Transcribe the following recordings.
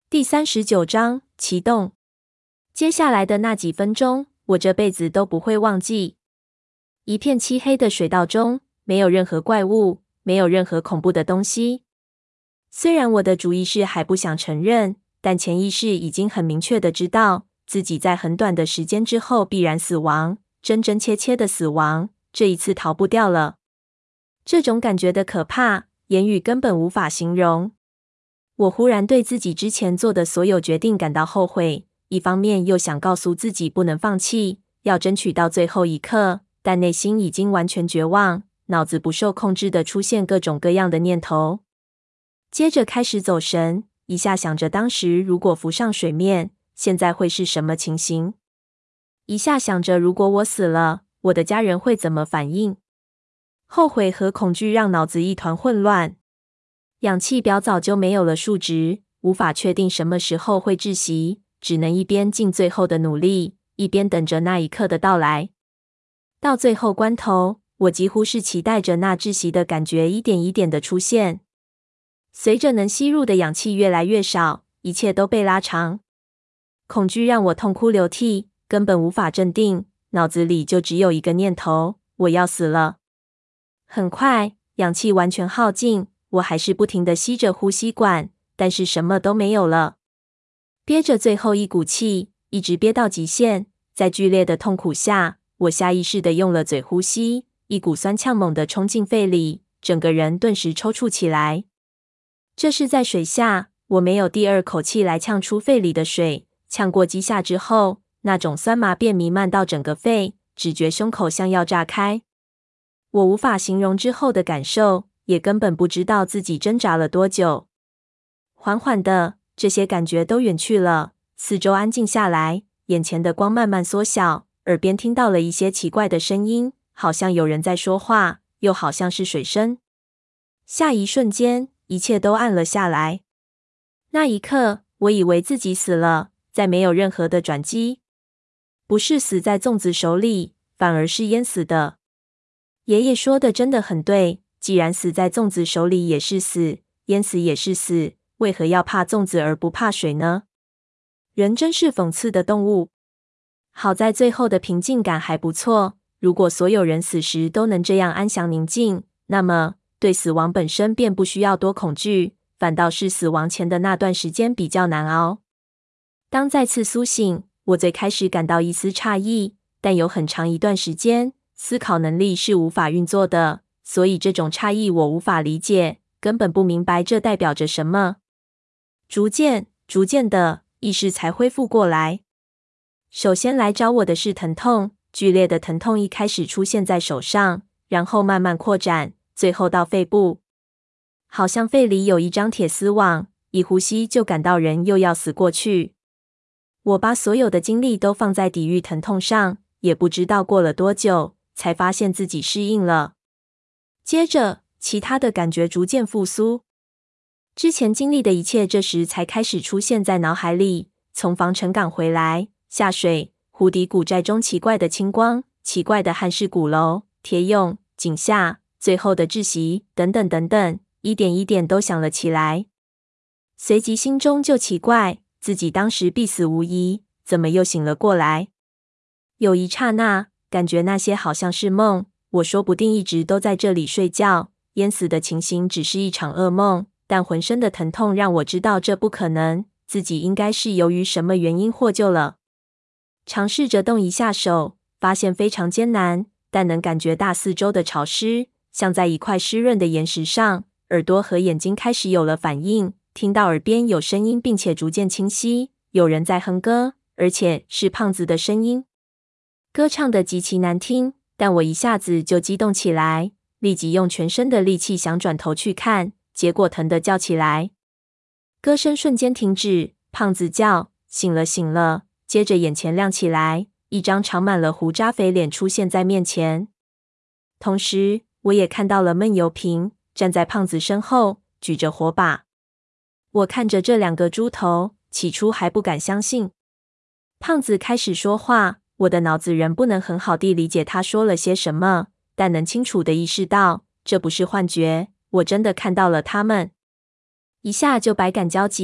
第39章启动。接下来的那几分钟，我这辈子都不会忘记。一片漆黑的水道中，没有任何怪物，没有任何恐怖的东西。虽然我的主意识还不想承认，但潜意识已经很明确的知道，自己在很短的时间之后必然死亡，真真切切的死亡，这一次逃不掉了。这种感觉的可怕，言语根本无法形容。我忽然对自己之前做的所有决定感到后悔，一方面又想告诉自己不能放弃，要争取到最后一刻，但内心已经完全绝望，脑子不受控制地出现各种各样的念头。接着开始走神，一下想着当时如果浮上水面，现在会是什么情形？一下想着如果我死了，我的家人会怎么反应？后悔和恐惧让脑子一团混乱。氧气表早就没有了数值，无法确定什么时候会窒息，只能一边尽最后的努力，一边等着那一刻的到来。到最后关头，我几乎是期待着那窒息的感觉一点一点的出现。随着能吸入的氧气越来越少，一切都被拉长。恐惧让我痛哭流涕，根本无法镇定，脑子里就只有一个念头：我要死了。很快，氧气完全耗尽，我还是不停地吸着呼吸管，但是什么都没有了。憋着最后一股气，一直憋到极限，在剧烈的痛苦下，我下意识地用了嘴呼吸，一股酸呛猛地冲进肺里，整个人顿时抽搐起来。这是在水下，我没有第二口气来呛出肺里的水，呛过几下之后，那种酸麻便弥漫到整个肺，只觉胸口像要炸开。我无法形容之后的感受，也根本不知道自己挣扎了多久。缓缓的，这些感觉都远去了，四周安静下来，眼前的光慢慢缩小，耳边听到了一些奇怪的声音，好像有人在说话，又好像是水声。下一瞬间，一切都暗了下来。那一刻，我以为自己死了，再没有任何的转机。不是死在粽子手里，反而是淹死的。爷爷说的真的很对，既然死在粽子手里也是死，淹死也是死，为何要怕粽子而不怕水呢？人真是讽刺的动物。好在最后的平静感还不错，如果所有人死时都能这样安详宁静，那么对死亡本身便不需要多恐惧，反倒是死亡前的那段时间比较难熬。当再次苏醒，我最开始感到一丝诧异，但有很长一段时间，思考能力是无法运作的，所以这种诧异我无法理解，根本不明白这代表着什么。逐渐的，意识才恢复过来。首先来找我的是疼痛，剧烈的疼痛一开始出现在手上，然后慢慢扩展，最后到肺部。好像肺里有一张铁丝网，一呼吸就感到人又要死过去。我把所有的精力都放在抵御疼痛上，也不知道过了多久，才发现自己适应了。接着，其他的感觉逐渐复苏。之前经历的一切这时才开始出现在脑海里，从防尘港回来，下水，湖底古寨中奇怪的青光，奇怪的汉式鼓楼，铁俑，井下，最后的窒息，等等等等，一点一点都想了起来。随即心中就奇怪，自己当时必死无疑，怎么又醒了过来？有一刹那，感觉那些好像是梦，我说不定一直都在这里睡觉，淹死的情形只是一场噩梦，但浑身的疼痛让我知道这不可能，自己应该是由于什么原因获救了。尝试着动一下手，发现非常艰难，但能感觉大四周的潮湿，像在一块湿润的岩石上，耳朵和眼睛开始有了反应，听到耳边有声音，并且逐渐清晰，有人在哼歌，而且是胖子的声音。歌唱得极其难听，但我一下子就激动起来，立即用全身的力气想转头去看，结果疼得叫起来。歌声瞬间停止，胖子叫：“醒了，醒了！”接着眼前亮起来，一张长满了胡渣肥脸出现在面前。同时，我也看到了闷油瓶站在胖子身后，举着火把。我看着这两个猪头，起初还不敢相信。胖子开始说话，我的脑子仍不能很好地理解他说了些什么，但能清楚地意识到，这不是幻觉，我真的看到了他们。一下就百感交集，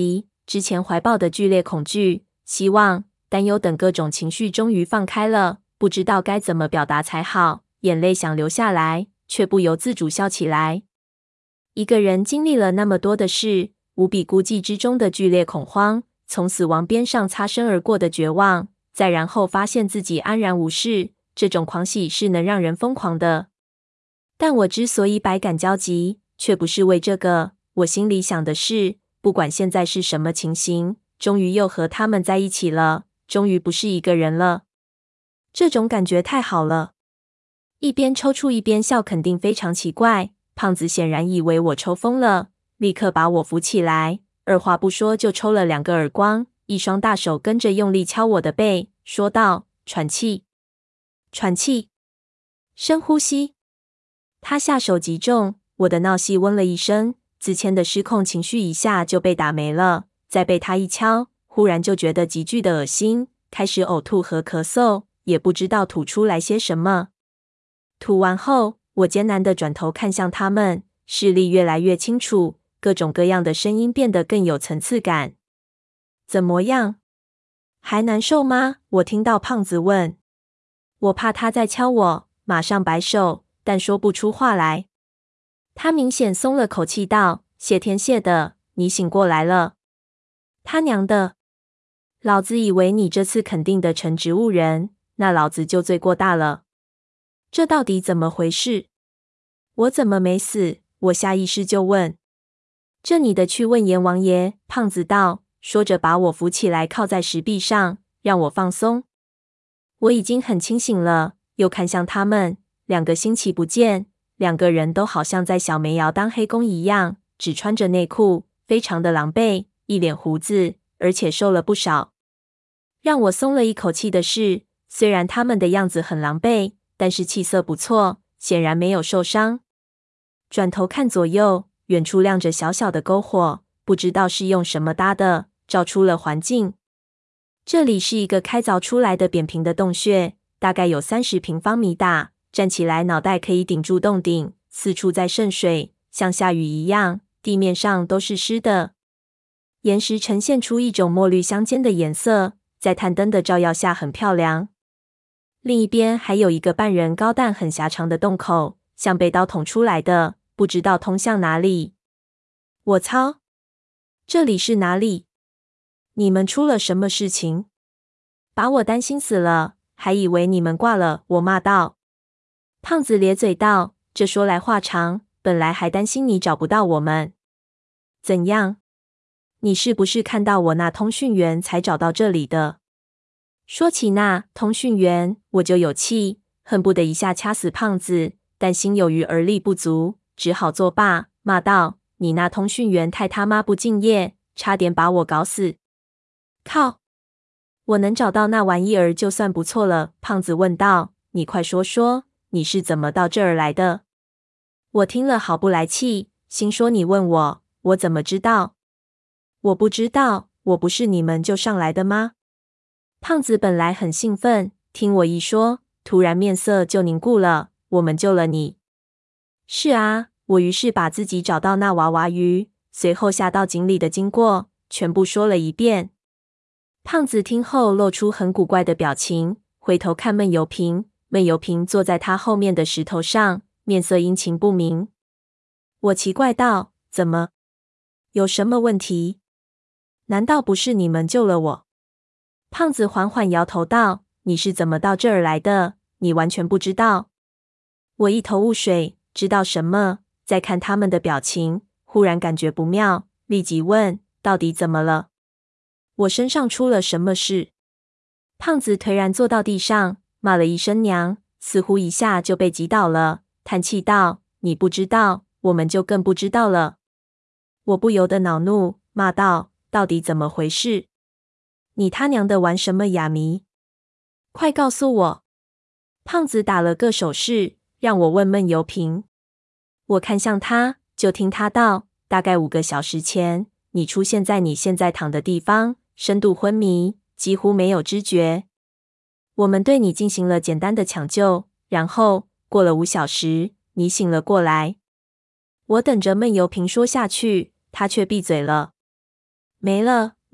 之前怀抱的剧烈恐惧、希望、担忧等各种情绪终于放开了，不知道该怎么表达才好，眼泪想流下来，却不由自主笑起来。一个人经历了那么多的事，无比孤寂之中的剧烈恐慌，从死亡边上擦身而过的绝望，再然后发现自己安然无事，这种狂喜是能让人疯狂的。但我之所以百感交集，却不是为这个，我心里想的是，不管现在是什么情形，终于又和他们在一起了，终于不是一个人了。这种感觉太好了。一边抽搐一边笑，肯定非常奇怪。胖子显然以为我抽疯了，立刻把我扶起来，二话不说就抽了2个耳光，一双大手跟着用力敲我的背，说道：“喘气，喘气，深呼吸。”他下手极重，我的闹戏嗡了一声，自谦的失控情绪一下就被打没了。再被他一敲，忽然就觉得急剧的恶心，开始呕吐和咳嗽，也不知道吐出来些什么。吐完后，我艰难地转头看向他们，视力越来越清楚，各种各样的声音变得更有层次感。怎么样？还难受吗？我听到胖子问。我怕他再敲我，马上摆手，但说不出话来。他明显松了口气道：“谢天谢的，你醒过来了。”他娘的！老子以为你这次肯定的成植物人，那老子就罪过大了。这到底怎么回事？我怎么没死？我下意识就问。这你的去问阎王爷。胖子道，说着把我扶起来靠在石壁上，让我放松。我已经很清醒了，又看向他们，2个星期不见，2个人都好像在小煤窑当黑工一样，只穿着内裤，非常的狼狈，一脸胡子，而且瘦了不少。让我松了一口气的是，虽然他们的样子很狼狈，但是气色不错，显然没有受伤。转头看左右，远处亮着小小的篝火，不知道是用什么搭的，照出了环境。这里是一个开凿出来的扁平的洞穴，大概有30平方米大，站起来脑袋可以顶住洞顶，四处在渗水，像下雨一样，地面上都是湿的。岩石呈现出一种墨绿相间的颜色，在炭灯的照耀下很漂亮。另一边还有一个半人高但很狭长的洞口，像被刀捅出来的，不知道通向哪里。我操！这里是哪里？你们出了什么事情？把我担心死了，还以为你们挂了，我骂道。胖子咧嘴道，这说来话长，本来还担心你找不到我们。怎样？你是不是看到我那通讯员才找到这里的？说起那通讯员，我就有气，恨不得一下掐死胖子，但心有余而力不足，只好作罢，骂道：“你那通讯员太他妈不敬业，差点把我搞死！”靠！我能找到那玩意儿就算不错了。胖子问道：“你快说说，你是怎么到这儿来的？”我听了好不来气，心说你问我，我怎么知道？我不知道，我不是你们救上来的吗？胖子本来很兴奋，听我一说，突然面色就凝固了。我们救了你。是啊，我于是把自己找到那娃娃鱼，随后下到井里的经过，全部说了一遍。胖子听后露出很古怪的表情，回头看闷油瓶，闷油瓶坐在他后面的石头上，面色阴晴不明。我奇怪道：“怎么？有什么问题？难道不是你们救了我？”胖子缓缓摇头道：“你是怎么到这儿来的？你完全不知道。”我一头雾水，知道什么？再看他们的表情，忽然感觉不妙，立即问：“到底怎么了？我身上出了什么事？”胖子颓然坐到地上，骂了一声娘，似乎一下就被击倒了，叹气道：“你不知道，我们就更不知道了。”我不由得恼怒，骂道：“到底怎么回事？你他娘的玩什么哑谜？快告诉我！”胖子打了个手势，让我问闷油瓶。我看向他，就听他道：“大概5个小时前，你出现在你现在躺的地方，深度昏迷，几乎没有知觉。我们对你进行了简单的抢救，然后过了5小时，你醒了过来。”我等着闷油瓶说下去，他却闭嘴了。没了，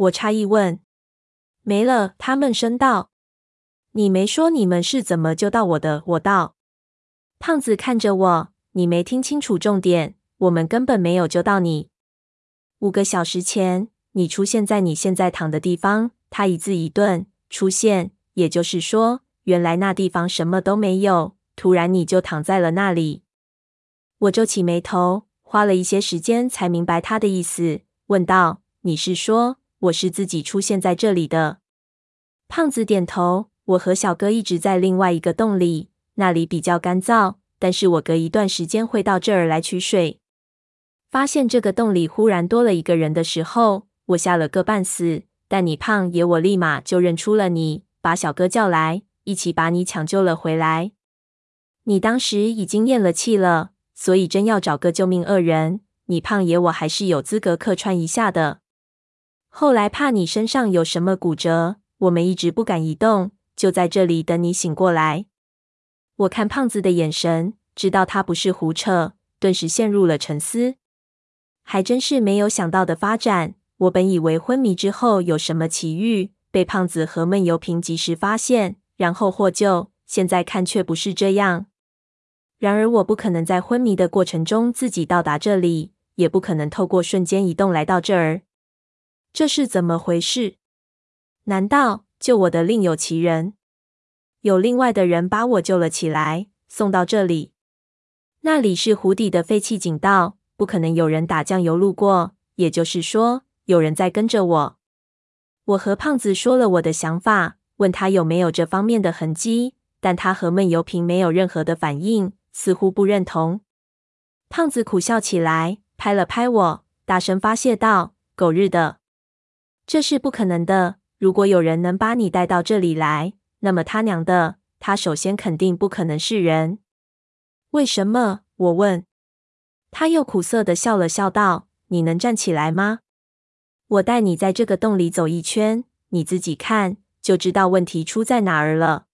我诧异问。没了，他们声道。你没说你们是怎么救到我的，我道。胖子看着我，你没听清楚重点，我们根本没有救到你。5个小时前，你出现在你现在躺的地方，他一字一顿，出现，也就是说，原来那地方什么都没有，突然你就躺在了那里。我皱起眉头，花了一些时间才明白他的意思，问道：你是说，我是自己出现在这里的？胖子点头，我和小哥一直在另外一个洞里，那里比较干燥，但是我隔一段时间会到这儿来取水。发现这个洞里忽然多了一个人的时候，我吓了个半死，但你胖爷我立马就认出了你，把小哥叫来，一起把你抢救了回来。你当时已经咽了气了，所以真要找个救命恶人，你胖爷我还是有资格客串一下的。后来怕你身上有什么骨折，我们一直不敢移动，就在这里等你醒过来。我看胖子的眼神，知道他不是胡扯，顿时陷入了沉思。还真是没有想到的发展，我本以为昏迷之后有什么奇遇，被胖子和闷油瓶及时发现，然后获救，现在看却不是这样。然而我不可能在昏迷的过程中自己到达这里，也不可能透过瞬间移动来到这儿。这是怎么回事？难道救我的另有其人？有另外的人把我救了起来，送到这里。那里是湖底的废弃井道，不可能有人打酱油路过，也就是说，有人在跟着我。我和胖子说了我的想法，问他有没有这方面的痕迹，但他和闷油瓶没有任何的反应，似乎不认同。胖子苦笑起来，拍了拍我，大声发泄道：狗日的！这是不可能的，如果有人能把你带到这里来，那么他娘的，他首先肯定不可能是人。为什么？我问。他又苦涩地笑了笑道：你能站起来吗？我带你在这个洞里走一圈，你自己看，就知道问题出在哪儿了。